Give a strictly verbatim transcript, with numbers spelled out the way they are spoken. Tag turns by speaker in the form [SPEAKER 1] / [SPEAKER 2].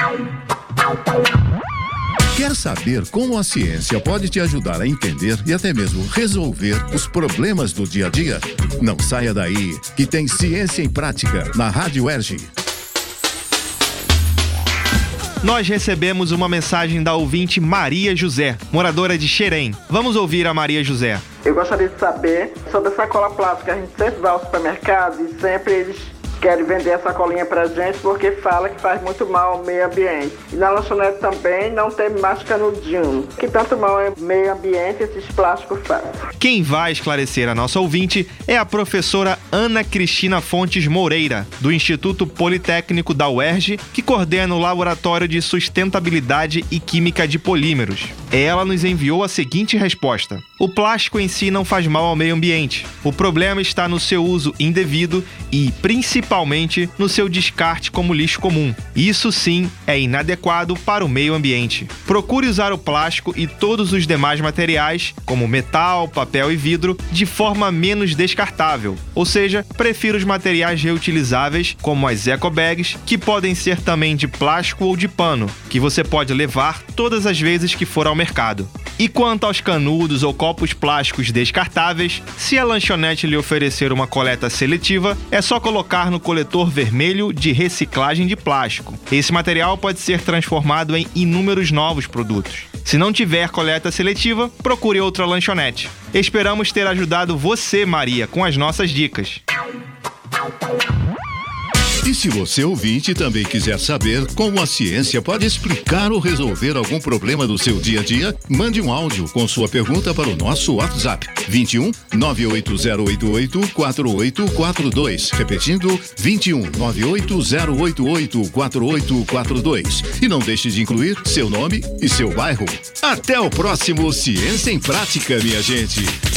[SPEAKER 1] Quer saber como a ciência pode te ajudar a entender e até mesmo resolver os problemas do dia a dia? Não saia daí, que tem Ciência em Prática na Rádio Erge.
[SPEAKER 2] Nós recebemos uma mensagem da ouvinte Maria José, moradora de Xerém. Vamos ouvir a Maria José.
[SPEAKER 3] Eu gostaria de saber sobre a sacola plástica. A gente sempre vai ao supermercado e sempre eles querem vender a sacolinha pra gente porque fala que faz muito mal ao meio ambiente. E na lanchonete também não tem mais canudinho. Que tanto mal ao meio ambiente esses plásticos fazem.
[SPEAKER 2] Quem vai esclarecer a nossa ouvinte é a professora Ana Cristina Fontes Moreira, do Instituto Politécnico da U E R J, que coordena o Laboratório de Sustentabilidade e Química de Polímeros. Ela nos enviou a seguinte resposta: o plástico em si não faz mal ao meio ambiente. O problema está no seu uso indevido e, principalmente, no seu descarte como lixo comum. Isso sim é inadequado para o meio ambiente. Procure usar o plástico e todos os demais materiais, como metal, papel e vidro, de forma menos descartável. Ou seja, prefira os materiais reutilizáveis, como as ecobags, que podem ser também de plástico ou de pano, que você pode levar todas as vezes que for ao mercado. E quanto aos canudos ou copos plásticos descartáveis, se a lanchonete lhe oferecer uma coleta seletiva, é só colocar no coletor vermelho de reciclagem de plástico. Esse material pode ser transformado em inúmeros novos produtos. Se não tiver coleta seletiva, procure outra lanchonete. Esperamos ter ajudado você, Maria, com as nossas dicas.
[SPEAKER 1] E se você ouvinte também quiser saber como a ciência pode explicar ou resolver algum problema do seu dia a dia, mande um áudio com sua pergunta para o nosso WhatsApp vinte e um, nove oito zero oito oito, quatro oito quatro dois. Repetindo, vinte e um, nove oito zero oito oito, quatro oito quatro dois. E não deixe de incluir seu nome e seu bairro. Até o próximo Ciência em Prática, minha gente.